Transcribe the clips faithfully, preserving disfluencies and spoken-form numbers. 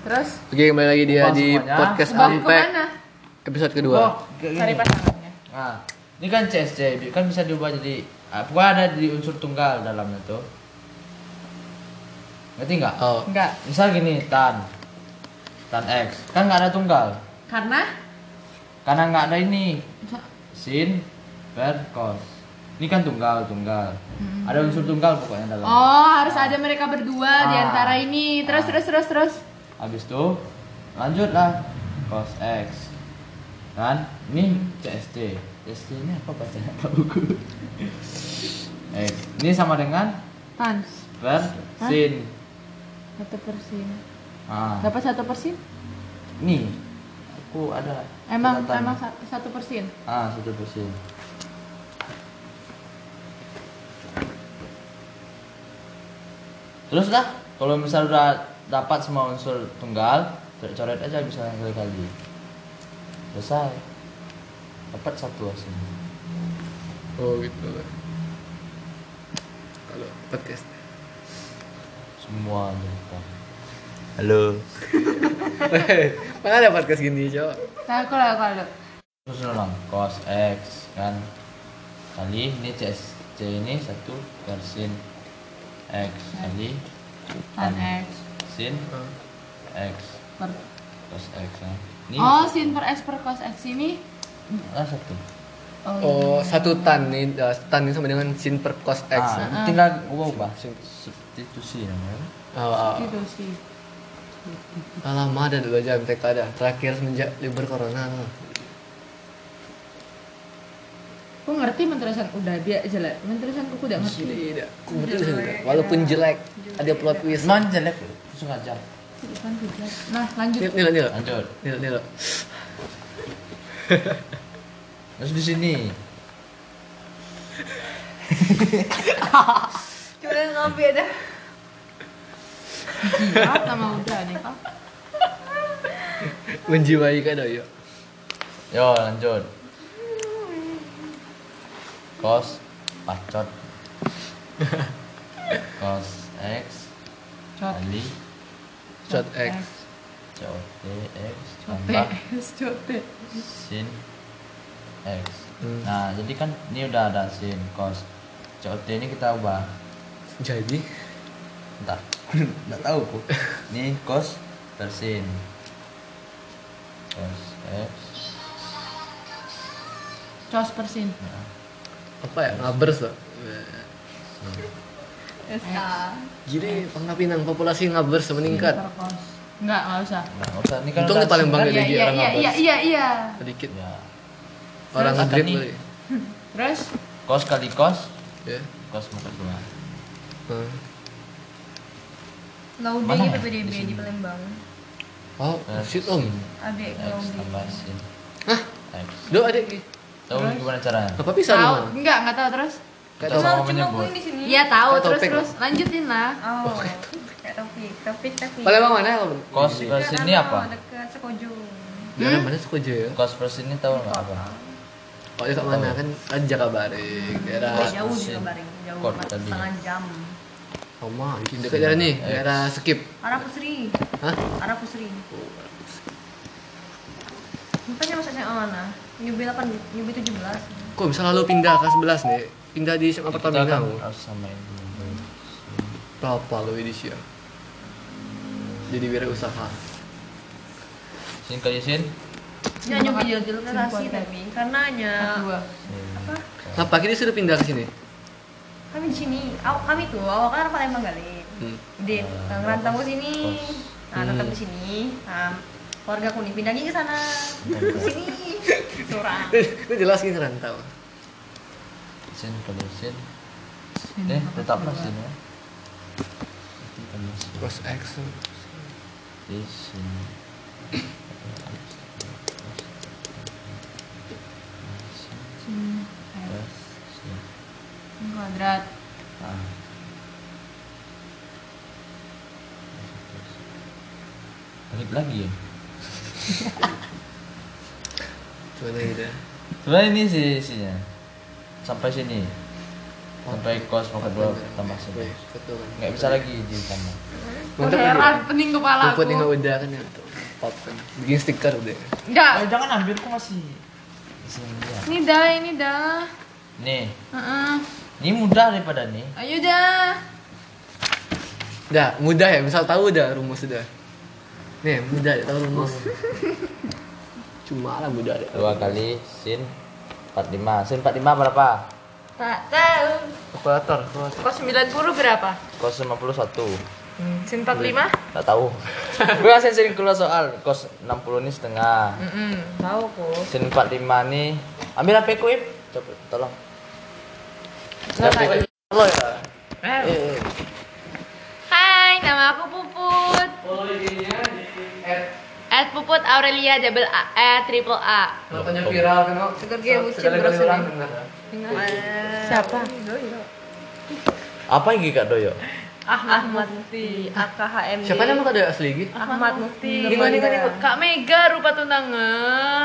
Terus? Oke, kembali lagi dia Lupa di semuanya. podcast Bang, Ampe kemana? episode kedua. Oh, kayak Cari gini. pasangannya. Nah, ini kan C S C, kan bisa diubah jadi ah, pokoknya ada di unsur tunggal dalamnya tuh. Ngerti nggak? Oh, Enggak. Misal gini, tan, tan X, kan nggak ada tunggal, Karena karena nggak ada ini, sin, per, cos. Ini kan tunggal, tunggal. Hmm. Ada unsur tunggal pokoknya dalam. Oh, harus ada mereka berdua di Ah. antara ini. Terus Ah. terus terus terus. Habis itu lanjutlah cos X. Kan? Ini C S T. C S T ini apa bacanya Pak Buku? X. Ini sama dengan Tan. per Hah? sin. Satu persen. Ah. Dapat satu persen? Nih. Aku ada Emang catatan. emang sa- satu persen. Ah, satu persen. Terus lah, kalau misal udah dapat semua unsur tunggal, coret aja bisa kali-kali. Selesai. Dapat satu hasil. oh gitu. Kalau podcast. Semua lupa. Halo. Mana ada podcast gini, Cok? Nah, kalau kalau Terus ulang cos X kan kali ini C S C ini satu per sin X kali tan X sin Oh. X per cos X kan. Ini Oh, sin per X per cos X ini. ah, satu. Oh, Oh, iya. satu tan nih, uh, tan ini sama dengan sin per cos X. Ah, Ah. tinggal ubah-ubah substitusi namanya. Oh, oh. Gitu sih. Lama ada dua jam T K ada. Terakhir semenjak libur corona. Aku ngerti menterusan udah dia jelek. Menterusan aku udah ngerti. Tidak, aku ngerti sudah. Walaupun jelek, ada plot twist. Man jelek loh, sengaja. Bukan tidak. Nah, lanjut. Nil, nil, nil, Lanjut. nil, nil. Terus di sini. Coba ngopi dah. Siap sama udah nih, Kak. Menjiwai kan ya. Yo, lanjut. Cos pacot. Cos X Cot. kali Shot X. cot X Cot tambah X, cot X. sin X. Hmm. Nah, jadi kan ini udah ada sin cos. Cot ini kita ubah. Jadi, Entar. Enggak tahu aku. Ini cos per sin. Cos X. Cos persin. Nah, apa ya? Ngabers loh. sin. Esa. Gini, pengapinan populasi ngabers meningkat. Per cos. Enggak, enggak usah. Nah, nggak usah. Ini kan Untung udah di Palembang sin, ada Iya, lagi iya, orang iya, ngabers. iya, iya, iya. Sedikit. kan? Ya. Orang Terus ngegrip nih. kali. Terus Cos kali cos. Ya. Cos maka dua. Hmm. Loading Mana P ya? P D B Di sini. di Palembang. Oh, Per shit om. sin Adik X loading. tambah sin Hah? X. Do adik. Tahu Terus? gimana caranya? Apa bisa tahu? rumah? Enggak, enggak tahu terus. Kayak Tahu. tahu. Mau Cuma cuma menyebut. aku yang di sini. Iya, tahu Kayak terus topik, terus. Lanjutin lah. Oh, kayak Topik, Topik tapi. Palembang mana om? Cos Di- per sin ini apa? Dekat Sekojo. Daerah mana Sukojo ya? Cos per sin ini tahu nggak apa? Oh, dekat mana kan? Kan Jakabaring, daerah Oh, jauh Sin. juga bareng, jauh Kot banget, tadi. setengah jam. Oma, dekat daerah nih, X. daerah Skip. Arah Pusri, Hah? arah Pusri. Makanya masuknya mana? Nyubi delapan, nyubi tujuh belas. Kok bisa lalu pindah ke sebelas nih? Pindah di Kita apartemen kan kamu. harus samain dulu. Berapa lo di sini? Jadi wirausaha. Sin kali sin. Ya nyubi jauh-jauh Sin relasi kuadrat. tapi karena hanya Dua. Sin. apa? Kenapa kita sudah pindah ke sini? Kami di sini, Aw- kami tuh awal kan Palembang kali. Hmm. Di Ah, ngerantau ke sini. Nah, tetap Hmm. di sini. Nah, keluarga aku nih pindah lagi ke sana. Ke sini. Surang. Itu jelas ini rantau. Sin kali sin. Sin Eh, apa tetaplah kedua? sin ya. Nanti kali sin. Cos X. Di sin. Sin Plus X sin. kuadrat. Ah. Balik lagi ya. Gimana gitu? Sebenarnya ini sih isinya. Sampai sini. Sampai cos maka dua tambah sini. Betul kan. Nggak bisa lagi ditambah. Mantap Heran, ini. pening kepala Rumput aku. ini udah kan ya. Pop kan. Bikin stiker deh. Enggak. Eh, jangan ambil, aku masih sini ya. Ini dah, ini dah. Nih, Heeh. ini mudah daripada nih. Ayo dah. Dah, mudah ya. Misal tahu dah rumus sudah. Nih, mudah ya tahu rumus. Cuma lah mudah deh. Dua kali sin empat puluh lima. Sin empat puluh lima berapa? Tak tahu. Kalkulator. kalkulator. Kos sembilan puluh berapa? Kos lima puluh satu. Hmm, sin empat puluh lima? Tak tahu. Gue masih sering keluar soal. Kos enam puluh ini setengah. Heeh, tahu kok. Sin empat puluh lima nih. Ambil H P ku, Ip. Coba tolong. Nggak H P ku. tahu. Halo ya. Eh. Eh, Hai, nama aku Puput. Follow I G-nya di At Puput Aurelia double A, eh triple A. Makanya viral kan kok. Segar dia bucin Sekali-kali berasa orang nih. dengar. Siapa? Apa yang Kak Doyo? Ahmad Mufti, A K H M D. Siapa nama kau ada asli Gi? Ahmad Mufti. Gimana gimana gimana? Kak Mega rupa tunangan.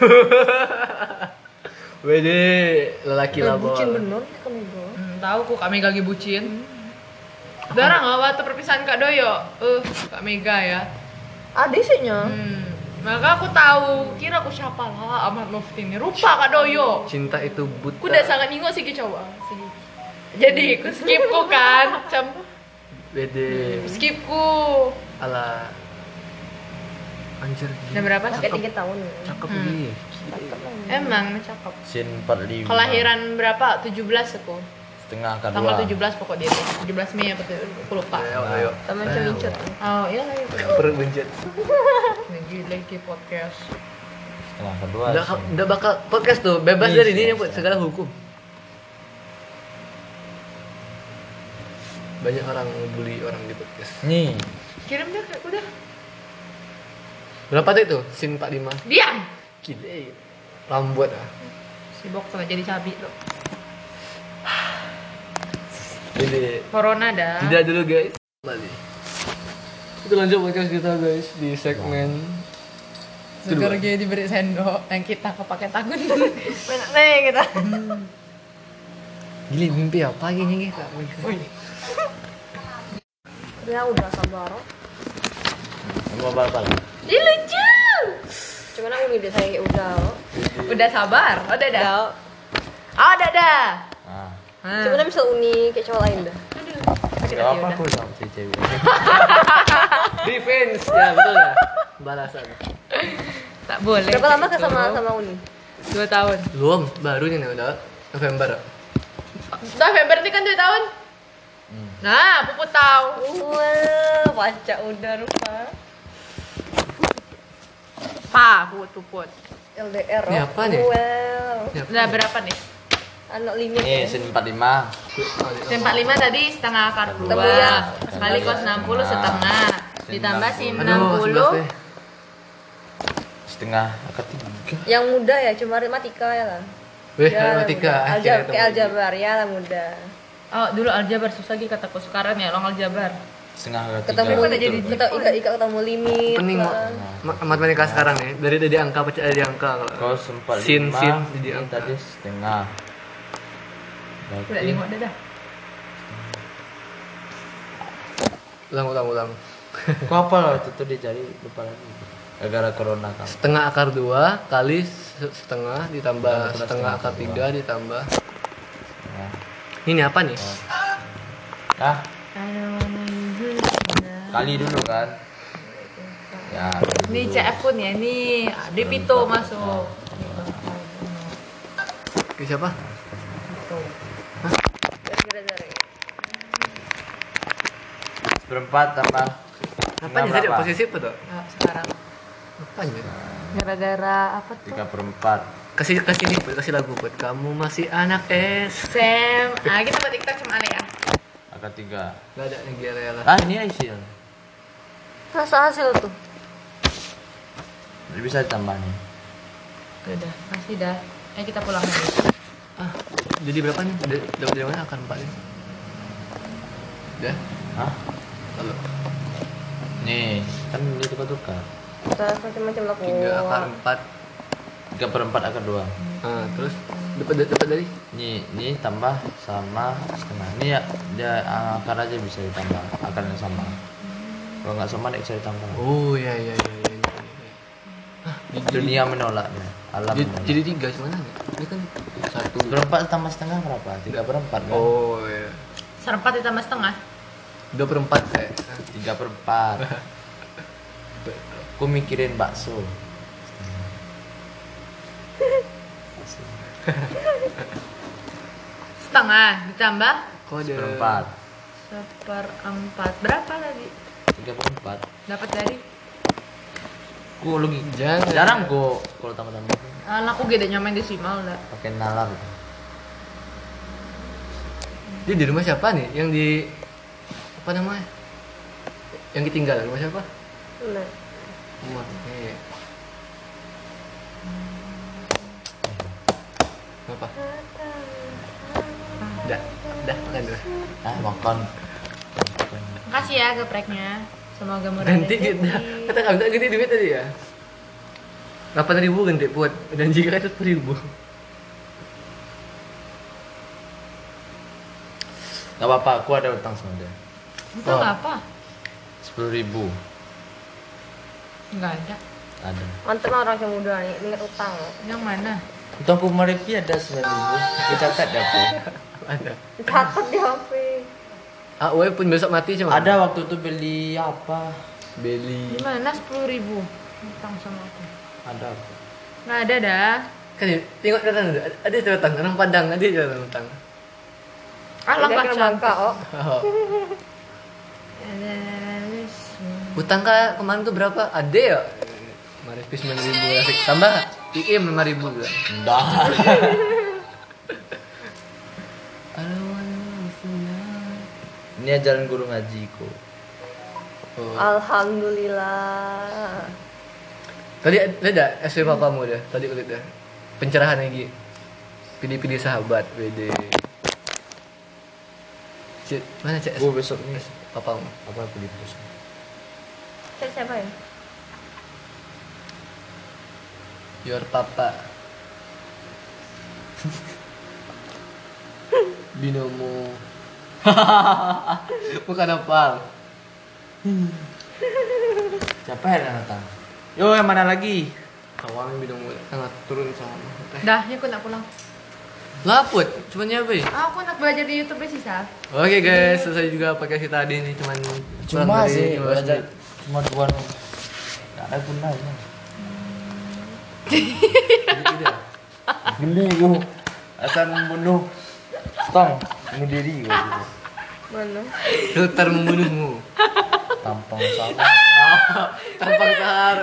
Wede, lelaki lah Bucin bawa. bener Kak Mega. Hmm, tahu kok Kak Mega lagi bucin. Darang nggak waktu perpisahan Kak Doyo? Eh, Kak Mega ya. Ada isinya. Hmm. Maka aku tahu, kira aku siapa lah Ahmad Mufti ini. Rupa Kak Doyo. Cinta itu buta. Aku udah sangat ningok sih coba. Sih. Jadi aku skip ku kan, macam Wede, skip ku. ala. Anjir. Udah berapa sih? Kayak tiga tahun. Cakep Hmm. Gi. Emang cakep. Sin empat puluh lima. Kelahiran berapa? tujuh belas aku. setengah K dua. Tanggal tujuh belas pokok dia tuh. tujuh belas Mei apa tuh? Aku lupa. Ayo, ayo. Sama celincut. Oh, iya iya. Perut bencet. Lagi lagi podcast. Setengah K dua. Udah, udah bakal podcast tuh bebas Iya, dari iya, ini buat iya. segala hukum. Banyak orang bully orang di podcast. Nih, Kirim deh kayak udah. Berapa tuh itu? Sin empat puluh lima. Diam. Gile. Rambut ah. Sibuk sama jadi cabi lo. Jadi Corona dah. tidak dulu guys. Kembali. Kita lanjut podcast kita guys di segmen Segar dia diberi sendok yang kita kepake tangan. Benar nih kita. Gile mimpi apa gini gitu. Ya udah sabar. mau berapa lagi? Ih lucu. Cuman aku udah saya kayak udah. Udah sabar. Oh, udah dah. Udah. Oh, udah dah. Ah, Hmm. Cuman bisa uni kayak cowok lain dah. Aduh. gak Sakit hati apa udah. aku sama si cewek. Defense. Ya betul ya. Balasan. Tak boleh. Berapa lama kayak ke sama gitu. sama uni? Dua tahun. Belum, baru ini udah November. November ini kan dua tahun. Hmm. Nah, Puput tahu. Wah, baca udah rupa. Pa, Puput Puput. L D R. Ini apa nih? Well, Ya, Udah berapa nih? anak limit Ini ya. sin empat puluh lima. Sin empat puluh lima tadi setengah akar Ketemu dua. ya. Sekali kos enam puluh setengah. Ditambah sin Aduh, enam puluh. sebelas deh. Setengah akad tiga. Yang muda ya, cuma matematika ya lah. Weh, Ya, matematika. muda. akhirnya Aljab, ketemu. kayak aljabar ya lah muda. Oh, dulu aljabar susah lagi kataku sekarang ya, long aljabar. Setengah akad Ketemu tiga. udah jadi kita ikat ikat ketemu limit. Pening lah. ma- ma- matematika sekarang nih. Dari dari angka pecah dari angka. kalau- Kos empat puluh Sin lima. sin jadi Ini angka. tadi setengah. Udah Berarti lingkup dah dah. Ulang ulang ulang. Kok apa lah itu tuh dicari lupa lagi. Gara-gara corona kan. Setengah akar dua kali se- setengah ditambah Ditambah setengah setengah akar akar tiga ditambah. Nah. Ini apa nih? Ah, kali dulu kan. Ya. Ini C F pun ya, nih Depito masuk. Ini siapa? Kira-kira dari. Seperempat tambah. Apa nih tadi berapa? posisi apa tuh? Nah, sekarang Apa nih? gara-gara apa tuh? Tiga perempat. Kasih kasih nih, Bud. Kasih lagu buat kamu masih anak S. Sam, ah kita buat TikTok sama Ale ya. Akad tiga. Gak ada nih Gere lah. Ah, ini Aisyah. Rasa hasil tuh. Jadi bisa ditambah nih. Udah, masih dah. Ayo kita pulang lagi. Ah, jadi berapa nih? Udah- Dapat dari mana akar empat ini? Udah, Hah? lalu Nih, kan dia tukar-tukar. Kita macam-macam lah tiga akar empat. Tiga perempat akad dua. Ah, terus dapat dapat dari Nih, ini tambah sama setengah. Ini ya dia akar aja bisa ditambah akarnya sama. Kalau nggak sama nggak bisa ditambah. Oh iya iya iya iya. iya. Ah, jadi, Dunia menolaknya. Alam jadi, menolak. jadi tiga sebenarnya. Ini kan satu. Berempat tambah setengah berapa? Tiga perempat kan? Oh iya. Serempat ditambah setengah. Dua perempat saya. Tiga perempat. Aku mikirin bakso. Bakso. Setengah ditambah Kok ada? Seperempat. seperempat. Berapa tadi? Tiga perempat. Dapat dari? Ku lagi Jangan. jarang ku kalau tambah-tambah Alah, aku gede nyamain desimal dah. pakai nalar. Dia di rumah siapa nih? Yang di apa namanya? Yang ditinggal rumah siapa? Nah, Rumah. Eh. Apa? Dah, dah makan dah. Ah, makan. Makasih ya gepreknya. Semoga murah Ganti rezeki. kita. Kata kamu tak ganti duit tadi ya? delapan ribu ganti buat dan jika itu sepuluh ribu. Gak apa-apa, aku ada utang sama dia. Entah Oh. apa? Sepuluh ribu Enggak ada. ada. mantep lah orang yang muda nih, inget utang. Yang mana? Utangku lima ribu ada sembilan ribu. Aku catat deh aku. Ada. Catat di H P. Ah, Uwe pun besok mati cuma. Ada waktu itu beli apa? Beli. Gimana sepuluh ribu? Utang sama aku. Ada aku. Nggak ada dah. Kan ya, tengok datang ada. Ada catatan orang Padang, ada catatan utang. Ah, Udah langkah kena cantik. bangka, oh. Oh. Utang kak kemarin tuh berapa? Ada ya? lima ribu sembilan ribu asik. Tambah I M lima ribu juga. Enggak. Ini ajaran guru ngajiku. Oh. Alhamdulillah. Tadi ada S W papamu dah. Tadi kulit dah. Pencerahan lagi. Pilih-pilih sahabat, W D. Cik, mana cek Gue besok nih papamu? apa aku dipus. Cek siapa ya? Your papa. Binomo. Bukan apa? Siapa yang datang? Yo, yang mana lagi? Awalnya binomo sangat turun sama. Dah, ya aku nak pulang. Laput, cuman apa ya? Ah, aku nak belajar di YouTube sih, Sal. Oke guys, selesai juga podcast kita tadi nih cuman kurang Cuma dari sih lima belas belajar menit. cuma dua. Gak ada gunanya. Jadi tidak. Geli gue akan membunuh Stong bunuh diri gue gitu. Mana? Filter membunuhmu. Tampang sama. Tampang sangar.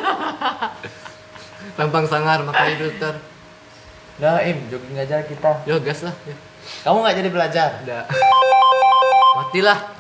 Tampang sangar makanya filter. Nah, Im, jogging aja kita. Yo gas lah. Yo. Kamu nggak jadi belajar? Udah. Matilah.